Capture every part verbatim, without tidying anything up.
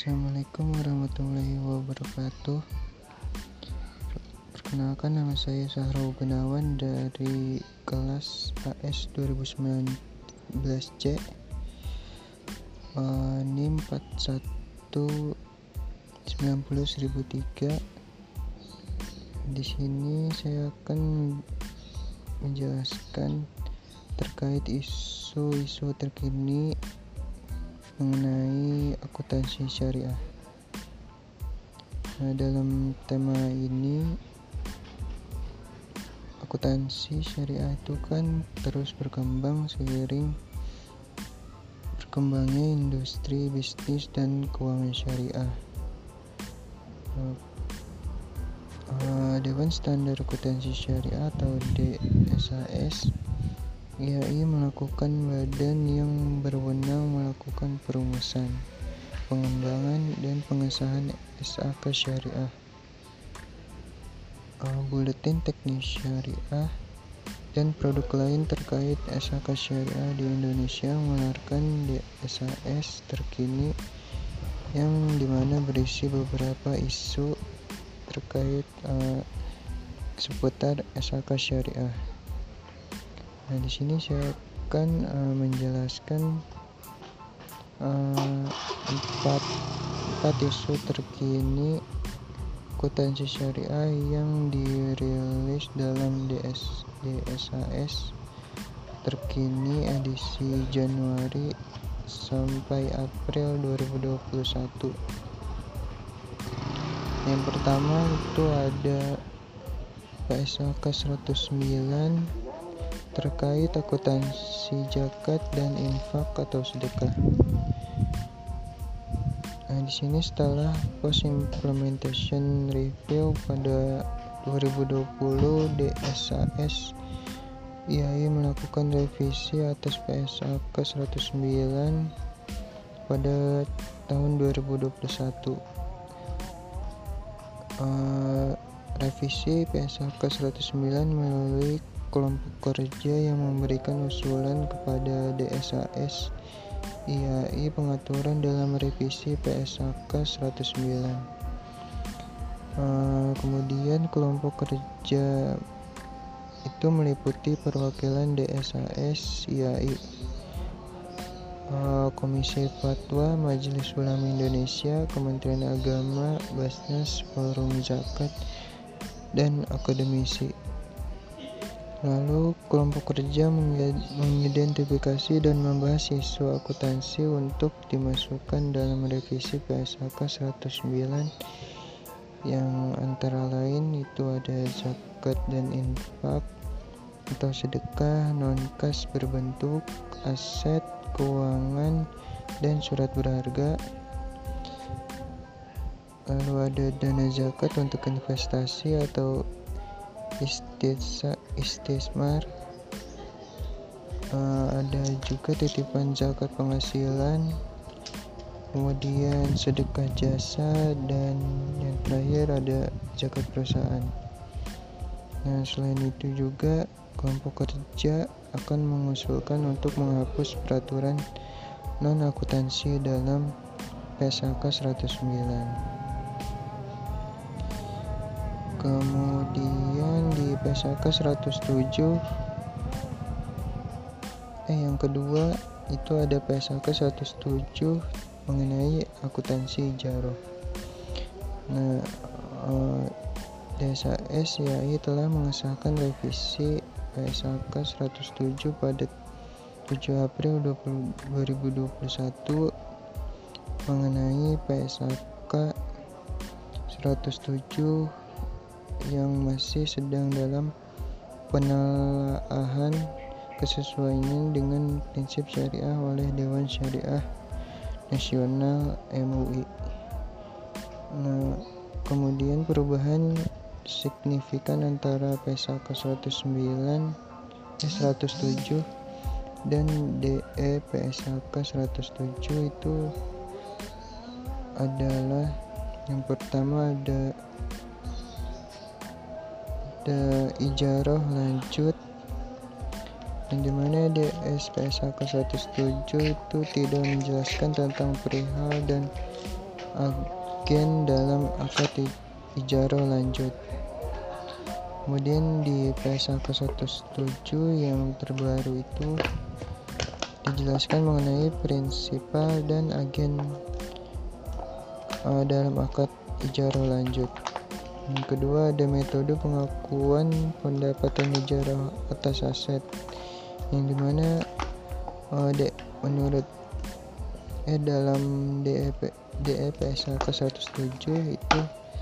Assalamualaikum warahmatullahi wabarakatuh. Perkenalkan, nama saya Sahrul Gunawan dari kelas A S dua ribu sembilan belas C, uh, N I M empat satu sembilan nol seribu tiga. Di sini saya akan menjelaskan terkait isu-isu terkini mengenai akuntansi syariah. Nah, dalam tema ini, akuntansi syariah itu kan terus berkembang seiring berkembangnya industri bisnis dan keuangan syariah. Uh, Dewan Standar Akuntansi Syariah atau D S A S I A I melakukan badan yang berwenang melakukan perumusan, pengembangan, dan pengesahan S A K Syariah. Uh, Buletin Teknis Syariah dan produk lain terkait S A K Syariah di Indonesia mengeluarkan D S A S terkini yang dimana berisi beberapa isu terkait uh, seputar S A K Syariah. Nah, di sini saya akan uh, menjelaskan uh, empat empat isu terkini akuntansi syariah yang dirilis dalam D S A S terkini edisi Januari sampai April dua ribu dua puluh satu. Yang pertama itu ada P S A K seratus sembilan terkait akuntansi zakat dan infak atau sedekah. Nah, di sini setelah post implementation review pada dua ribu dua puluh, D S A S I A I melakukan revisi atas P S A K seratus sembilan pada tahun dua ribu dua puluh satu. Uh, revisi P S A K seratus sembilan melalui kelompok kerja yang memberikan usulan kepada D S A S I A I pengaturan dalam revisi P S A K seratus sembilan. Uh, kemudian kelompok kerja itu meliputi perwakilan D S A S I A I, uh, Komisi Fatwa Majelis Ulama Indonesia, Kementerian Agama, Basnas, Forum Zakat, dan akademisi. Lalu kelompok kerja mengidentifikasi dan membahas isu akuntansi untuk dimasukkan dalam revisi P S A K seratus sembilan yang antara lain itu ada zakat dan infak atau sedekah, non-kas berbentuk aset, keuangan, dan surat berharga. Lalu ada dana zakat untuk investasi atau Istisa, istismar. Uh, ada juga titipan zakat penghasilan, kemudian sedekah jasa, dan yang terakhir ada zakat perusahaan. Nah, selain itu juga kelompok kerja akan mengusulkan untuk menghapus peraturan non akuntansi dalam P S A K seratus sembilan. Kemudian di P S A K seratus tujuh eh yang kedua itu ada P S A K seratus tujuh mengenai akuntansi ijarah. Nah, eh, D S A S I A I telah mengesahkan revisi P S A K seratus tujuh pada tujuh April dua ribu dua puluh satu mengenai P S A K seratus tujuh yang masih sedang dalam penelaahan kesesuaian dengan prinsip syariah oleh Dewan Syariah Nasional M U I. Nah, kemudian perubahan signifikan antara P S A K seratus sembilan, seratus tujuh dan D E P S A K seratus tujuh itu adalah yang pertama ada ada ijarah lanjut, dan dimana D S P S A K seratus tujuh itu tidak menjelaskan tentang perihal dan agen dalam akad ijarah lanjut. Kemudian di P S A K seratus tujuh yang terbaru itu dijelaskan mengenai prinsipal dan agen uh, dalam akad ijarah lanjut. Yang kedua, ada metode pengakuan pendapatan ijarah atas aset, yang dimana uh, de, menurut eh dalam D E P D E P S A K seratus tujuh itu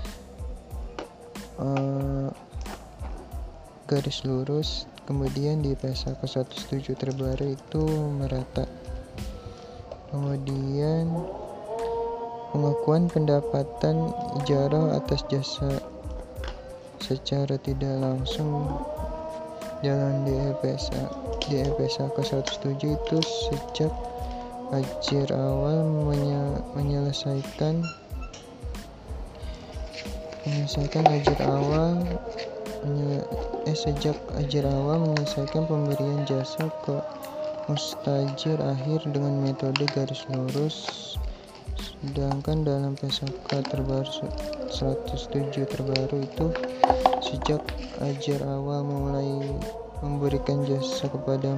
uh, garis lurus, kemudian di P S A K seratus tujuh terbaru itu merata. Kemudian pengakuan pendapatan ijarah atas jasa secara tidak langsung dalam D E P S A D E P S A K seratus tujuh itu sejak ajir awal menye, menyelesaikan menyelesaikan ajir awal menye, eh sejak ajir awal menyelesaikan pemberian jasa ke mustajir akhir dengan metode garis lurus. Sedangkan dalam P S A K terbaru seratus tujuh terbaru itu sejak ajir awal mulai memberikan jasa kepada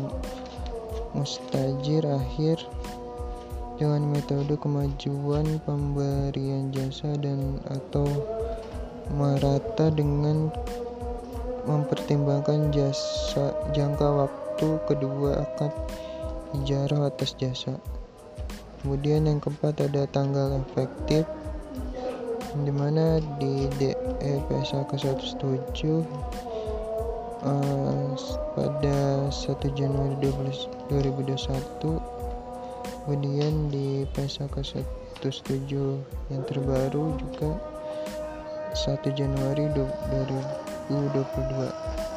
mustajir akhir dengan metode kemajuan pemberian jasa dan atau merata dengan mempertimbangkan jasa jangka waktu kedua akad ijarah atas jasa. Kemudian yang keempat ada tanggal efektif, dimana di D E P S A K seratus tujuh uh, pada satu Januari dua ribu dua puluh satu, kemudian di P S A K seratus tujuh yang terbaru juga satu Januari dua ribu dua puluh dua.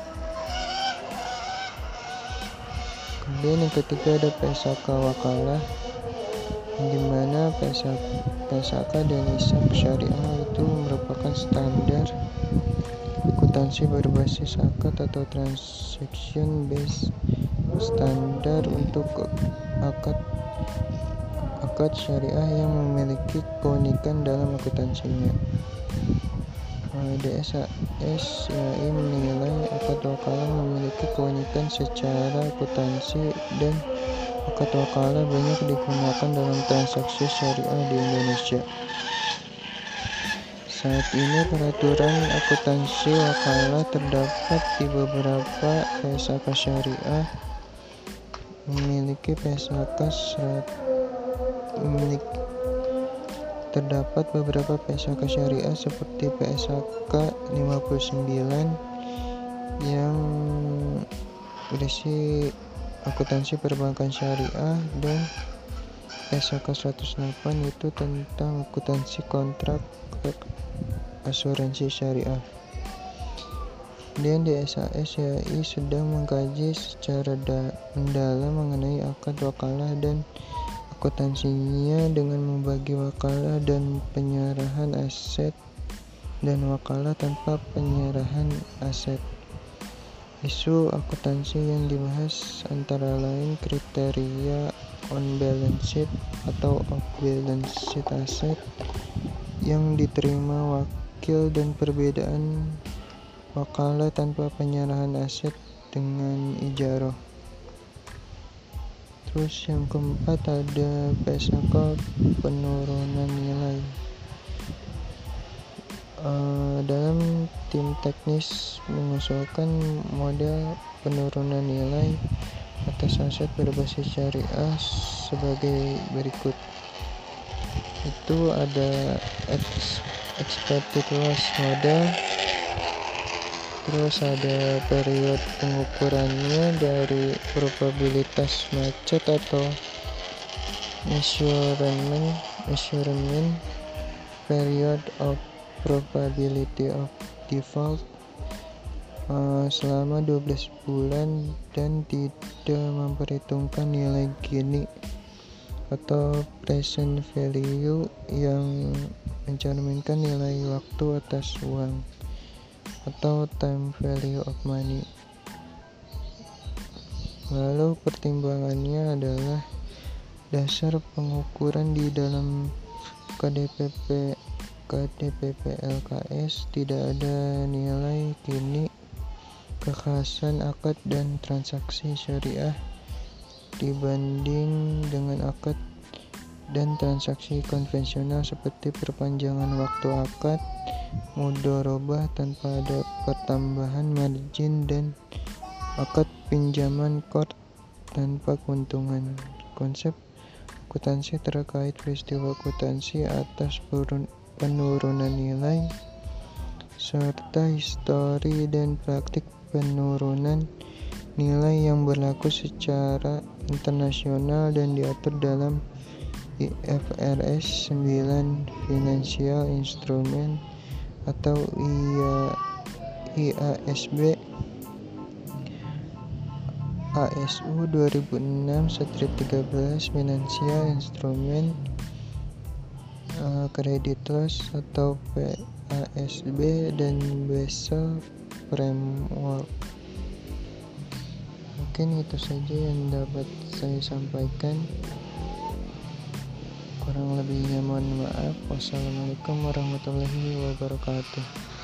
Kemudian yang ketiga ada P S A K wakalah, di mana P S A K dan hisab syariah itu merupakan standar akuntansi berbasis akad atau transaction based standar untuk akad akad syariah yang memiliki keunikan dalam akuntansinya. D S A S Y A I menilai akad wakalah memiliki keunikan secara akuntansi dan akad wakalah banyak digunakan dalam transaksi syariah di Indonesia. Saat ini peraturan akuntansi wakalah terdapat di beberapa P S A K syariah memiliki P S A K serat, memiliki terdapat beberapa P S A K syariah seperti P S A K lima puluh sembilan yang berisi akuntansi perbankan syariah dan P S A K seratus delapan itu tentang akuntansi kontrak asuransi syariah. Dan D S A S Y A I sedang mengkaji secara da- mendalam mengenai akad wakalah dan akuntansinya dengan membagi wakalah dan penyerahan aset dan wakalah tanpa penyerahan aset. Isu akuntansi yang dibahas antara lain kriteria on balance sheet atau off balance sheet aset yang diterima wakil dan perbedaan wakalah tanpa penyerahan aset dengan ijarah. Terus yang keempat ada P S A K penurunan nilai. Uh, dalam tim teknis mengusulkan model penurunan nilai atas aset berbasis syariah sebagai berikut. Itu ada ex- expected loss model, terus ada periode pengukurannya dari probabilitas macet atau measurement measurement period of probability of default uh, selama dua belas bulan dan tidak memperhitungkan nilai Gini atau present value yang mencerminkan nilai waktu atas uang atau time value of money. Lalu pertimbangannya adalah dasar pengukuran di dalam K D P P K D P P L K S tidak ada nilai kini kekhasan akad dan transaksi syariah dibanding dengan akad dan transaksi konvensional seperti perpanjangan waktu akad, mudharabah tanpa ada pertambahan margin, dan akad pinjaman qard tanpa keuntungan. Konsep akuntansi terkait peristiwa akuntansi atas penurunan nilai serta histori dan praktik penurunan nilai yang berlaku secara internasional dan diatur dalam I F R S sembilan Financial Instrument atau I A S B A S U dua ribu enam tiga belas Financial Instrument uh, Credit Loss atau P A S B dan Basel Framework. Mungkin itu saja yang dapat saya sampaikan. Kurang lebihnya mohon maaf. Wassalamualaikum warahmatullahi wabarakatuh.